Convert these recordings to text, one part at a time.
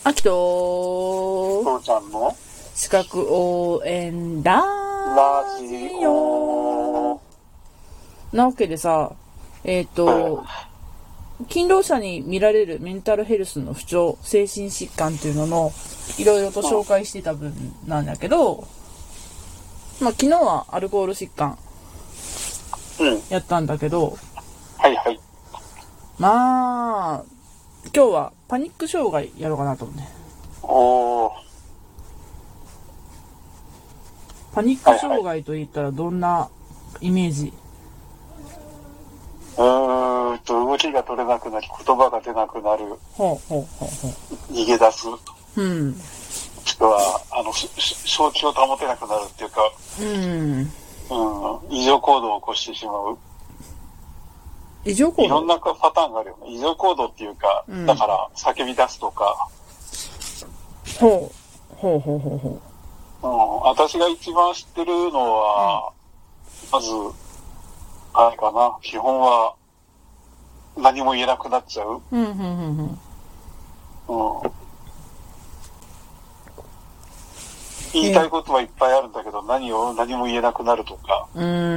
あきと父ちゃんの資格応援ラジオなわけでさ、勤労者に見られるメンタルヘルスの不調、精神疾患っていうののいろいろと紹介してた分なんだけど、まあ昨日はアルコール疾患やったんだけど、 はいはい。 まあ今日はパニック障害やろうかなと思うね。 おー。 パニック障害と言ったらどんなイメージ？ 動きが取れなくなり、言葉が出なくなる。逃げ出す。人は、正気を保てなくなるっていうか、異常行動を起こしてしまう。 異常行動？ いろんなパターンがあるよね。異常行動っていうか、だから叫び出すとか。私が一番知ってるのは、まず、あれかな、基本は何も言えなくなっちゃう。言いたいことはいっぱいあるんだけど、何も言えなくなるとか。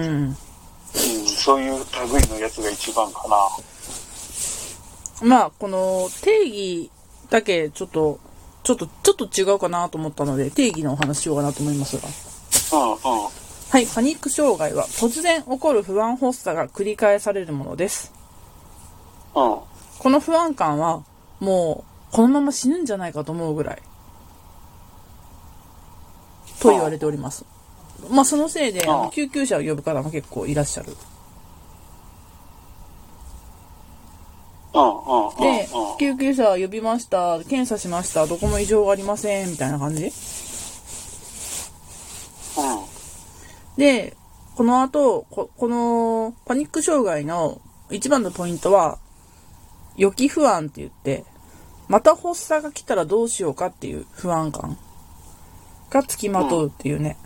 そういう類のやつが一番かな。 まあ、この定義だけちょっと違うかなと思ったので、定義のお話しようかなと思いますが。はい、パニック障害は突然起こる不安発作が繰り返されるものです。この不安感はもうこのまま死ぬんじゃないかと思うぐらいと言われております。まあそのせいで救急車を呼ぶ方も結構いらっしゃる。で、救急車呼びました、検査しました、どこも異常がありませんみたいな感じで、この後、このパニック障害の一番のポイントは予期不安って言って、また発作が来たらどうしようかっていう不安感がつきまとうっていうね。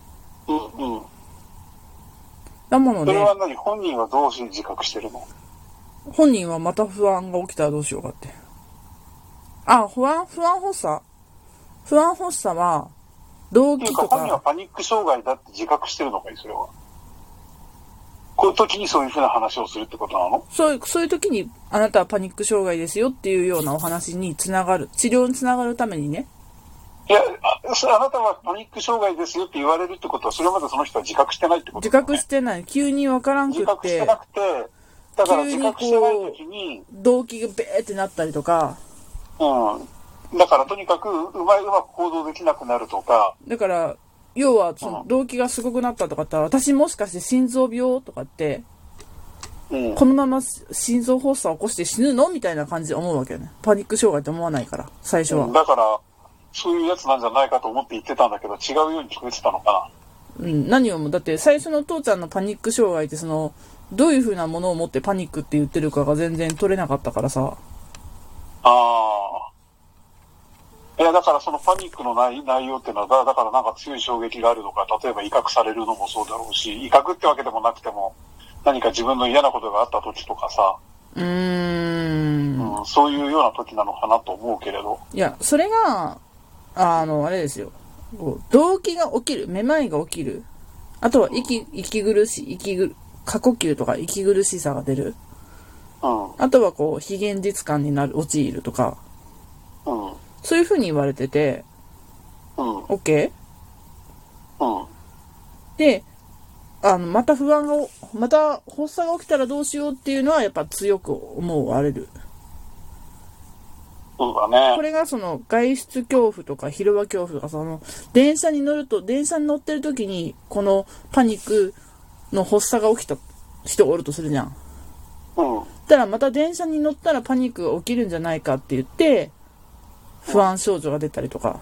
だもので、 それは何？本人はどうして自覚してるの？ 本人はまた不安が起きたらどうしようかって。不安発作は動機とか。 本人はパニック障害だって自覚してるのかい、それは。こういう時にそういうふうな話をするってことなの？ そういう時にあなたはパニック障害ですよっていうようなお話につながる、治療につながるためにね。 いや、あなたはパニック障害ですよって言われるってことは、それまでその人は自覚してないってことだよね。 自覚してない。急にわからんくって。 自覚してなくて、だから自覚してない時に動機がベーってなったりとか。 だからとにかくうまく行動できなくなるとか。 だから、要はその動機がすごくなったとかって、私もしかして心臓病とかって、このまま心臓発作を起こして死ぬのみたいな感じで思うわけよね。パニック障害って思わないから、最初は。 だから、そういうやつなんじゃないかと思って言ってたんだけど、違うように聞こえてたのかな。 何をも、だって最初の父ちゃんのパニック障害ってどういう風なものを持ってパニックって言ってるかが全然取れなかったからさ。 いや、だからそのパニックの内容っていうのは、だからなんか強い衝撃があるのか、例えば威嚇されるのもそうだろうし、威嚇ってわけでもなくても、何か自分の嫌なことがあった時とかさ、そういうような時なのかなと思うけれど。 いや、それが、あれですよ。動悸が起きる、めまいが起きる。あとは息苦しい、過呼吸とか息苦しさが出る。あとは非現実感に陥るとか。そういう風に言われてて、OK？で、また発作が起きたらどうしようっていうのはやっぱ強く思われる。 そうだね。 これが外出恐怖とか広場恐怖とか電車に乗ってる時にこのパニックの発作が起きた人がおるとするじゃん。ただまた電車に乗ったらパニックが起きるんじゃないかって言って不安症状が出たりとか。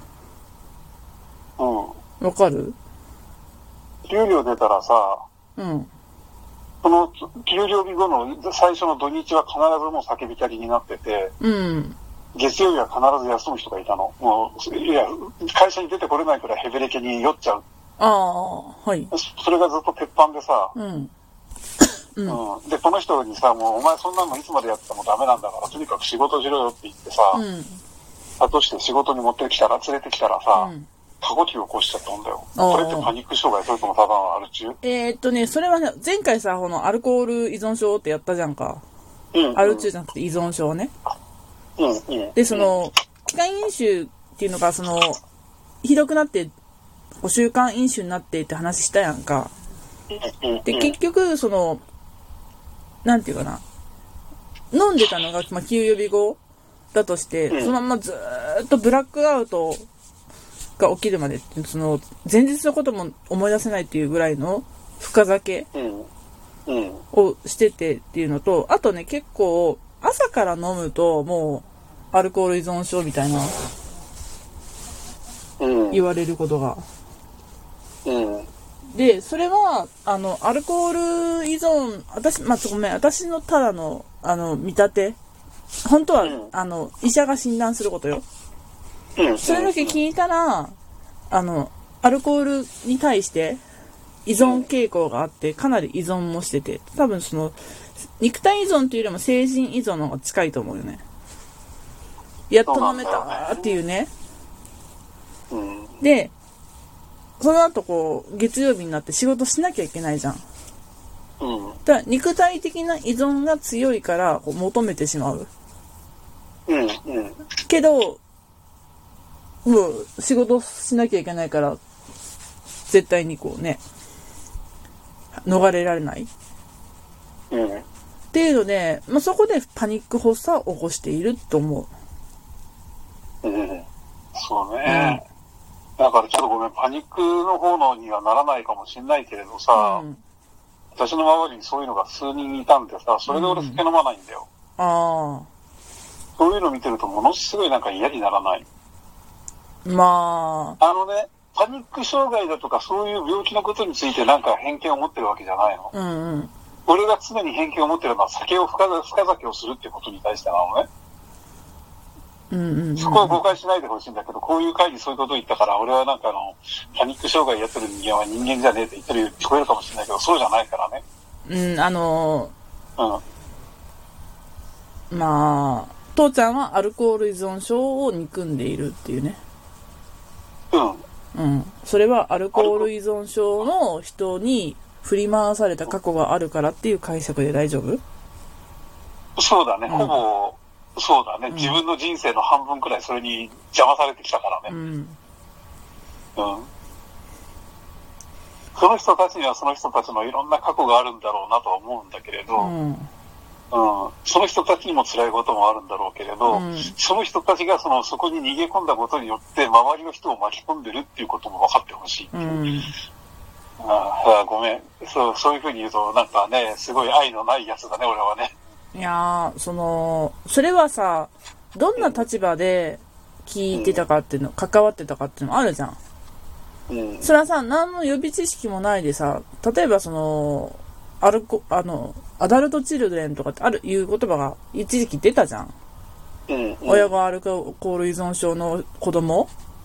わかる？ 給料出たらさ、その給料日後の最初の土日は必ずもう叫びたりになってて、月曜日は必ず休む人がいたの。もう、いや、会社に出てこれないくらいヘベレケに酔っちゃう。 はい。 それがずっと鉄板でさ、で、この人にさ、もうお前そんなのいつまでやってもダメなんだから、とにかく仕事しろよって言ってさ、 だとして仕事に連れてきたらさ、過呼吸を起こしちゃったんだよ。これってパニック障害、それともただのアル中？ それはね、前回さ、アルコール依存症ってやったじゃんか。アル中じゃなくて依存症ね。で、気管飲酒っていうのが、ひどくなって、習慣飲酒になってって話したやんか。で、結局、なんていうかな。飲んでたのが、休予備後だとして、そのままずーっとブラックアウトが起きるまで、前日のことも思い出せないっていうぐらいの深酒をしててっていうのと、あとね、結構、朝から飲むと、もう、アルコール依存症みたいな、言われることが。で、それは、アルコール依存、私のただの、見立て。本当は、医者が診断することよ。それだけ聞いたら、アルコールに対して依存傾向があって、かなり依存もしてて、多分肉体依存というよりも精神依存の方が近いと思うよね。やっと飲めたっていうね。で、その後月曜日になって仕事しなきゃいけないじゃん。だから肉体的な依存が強いから求めてしまう。けど、もう仕事しなきゃいけないから、絶対に逃れられない。っていうので、そこでパニック発作を起こしていると思う。 そうね。だからちょっとごめん、パニックの方のにはならないかもしれないけれどさ、私の周りにそういうのが数人いたんでさ、それで俺酒飲まないんだよ。そういうの見てるとものすごい嫌にならない。パニック障害だとかそういう病気のことについて偏見を持ってるわけじゃないの。俺が常に偏見を持ってるのは深酒をするっていうことに対してなのね。そこは誤解しないでほしいんだけど、こういう会にそういうことを言ったから、俺はパニック障害やってる人間は人間じゃねえって言ってるように聞こえるかもしれないけど、そうじゃないからね。 父ちゃんはアルコール依存症を憎んでいるっていうね。それはアルコール依存症の人に振り回された過去があるからっていう解釈で大丈夫？ そうだね、ほぼ、そうだね、自分の人生の半分くらいそれに邪魔されてきたからね。その人たちにはその人たちのいろんな過去があるんだろうなとは思うんだけれど、その人たちにも辛いこともあるんだろうけれど、その人たちがそこに逃げ込んだことによって周りの人を巻き込んでるっていうことも分かってほしい。ごめん、そういうふうに言うとすごい愛のないやつだね、俺はね。 いやー、それはさ、どんな立場で聞いてたかっていうの、関わってたかっていうのもあるじゃん。それはさ、何の予備知識もないでさ、例えばアダルトチルドレンとかっていう言葉が一時期出たじゃん。親がアルコール依存症の子供、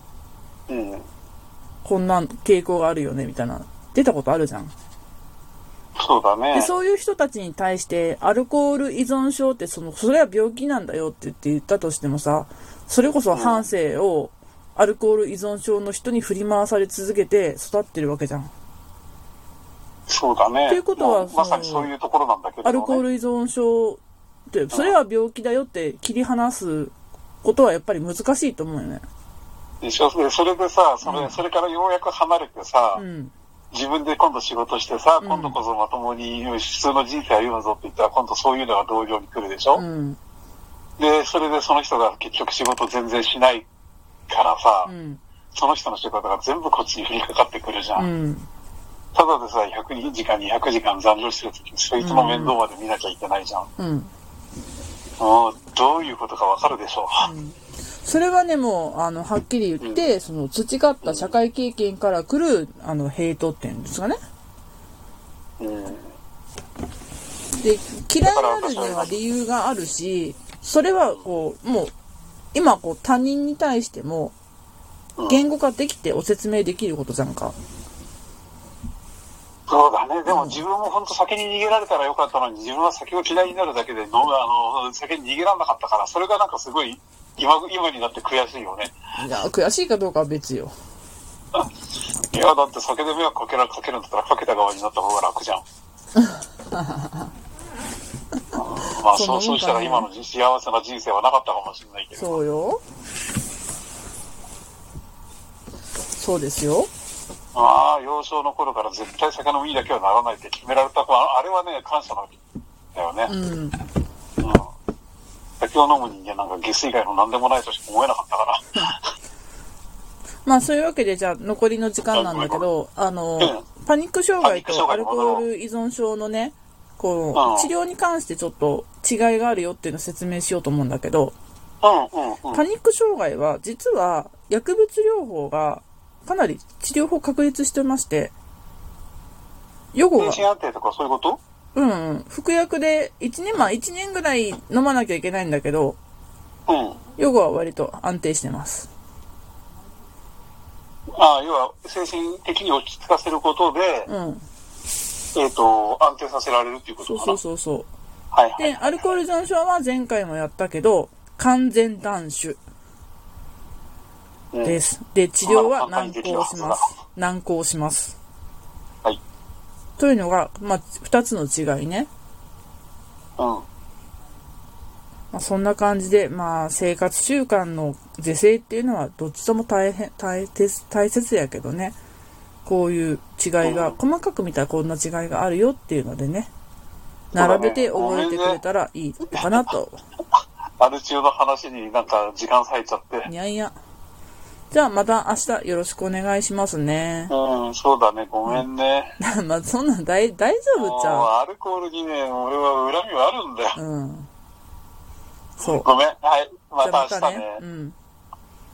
こんな傾向があるよねみたいな出たことあるじゃん。 そうだね。 で、そういう人たちに対してアルコール依存症ってそれは病気なんだよって言ったとしてもさ、それこそ半生をアルコール依存症の人に振り回され続けて育ってるわけじゃん。 そうだね。 ということはまさにそういうところなんだけどね。 アルコール依存症ってそれは病気だよって切り離すことはやっぱり難しいと思うよね。 それでさ、それからようやく離れてさ、自分で今度仕事してさ、今度こそまともに普通の人生歩むぞって言ったら、今度そういうのが同僚に来るでしょ。で、それでその人が結局仕事全然しないからさ、その人の仕事が全部こっちに降りかかってくるじゃん。ただでさ、100時間200時間残業してるときにそいつの面倒まで見なきゃいけないじゃん。もうどういうことかわかるでしょう。 それはね、もうはっきり言って、培った社会経験から来るヘイトっていうんですかね。で、嫌いになるには理由があるし、それはもう今他人に対しても言語化できてお説明できることじゃんか。 そうだね。でも自分も本当酒に逃げられたらよかったのに、自分は酒を嫌いになるだけで酒に逃げられなかったから、それがすごい今になって悔しいよね。 いや、悔しいかどうかは別よ。 いや、だって酒で迷惑かけるんだったらかけた側になった方が楽じゃん。まあ、そうしたら今の幸せな人生はなかったかもしれないけど。 そうよ。そうですよ。 ああ、幼少の頃から絶対酒飲みだけはならないって決められた。あれはね、感謝のだよね。酒を飲む人間なんかゲス以外の何でもないとしか思えなかったから。 まあそういうわけで、じゃあ残りの時間なんだけど、パニック障害とアルコール依存症のね、こう、治療に関してちょっと違いがあるよっていうのを説明しようと思うんだけど、パニック障害は実は薬物療法がかなり治療法確立してまして、予後が。 精神安定とかそういうこと？ 服薬で1年ぐらい飲まなきゃいけないんだけど、予後は割と安定してます。 ああ、要は精神的に落ち着かせることで、安定させられるっていうことかな。 そう。 はいはい。 で、アルコール依存症は前回もやったけど、完全断酒です。で、治療は難航します。 はい。 というのが、まあ、2つの違いね。まあ、そんな感じで、まあ、生活習慣の是正っていうのはどっちとも大切やけどね。こういう違いが、細かく見たらこんな違いがあるよっていうのでね、並べて覚えてくれたらいいかなと。 アル中の話になんか時間割いちゃって。 いや。じゃあまた明日よろしくお願いしますね。 そうだね、ごめんね。 まあそんなん大丈夫ちゃう。 アルコールにね、俺は恨みはあるんだよ。 そう。 ごめん。はい。また明日ね。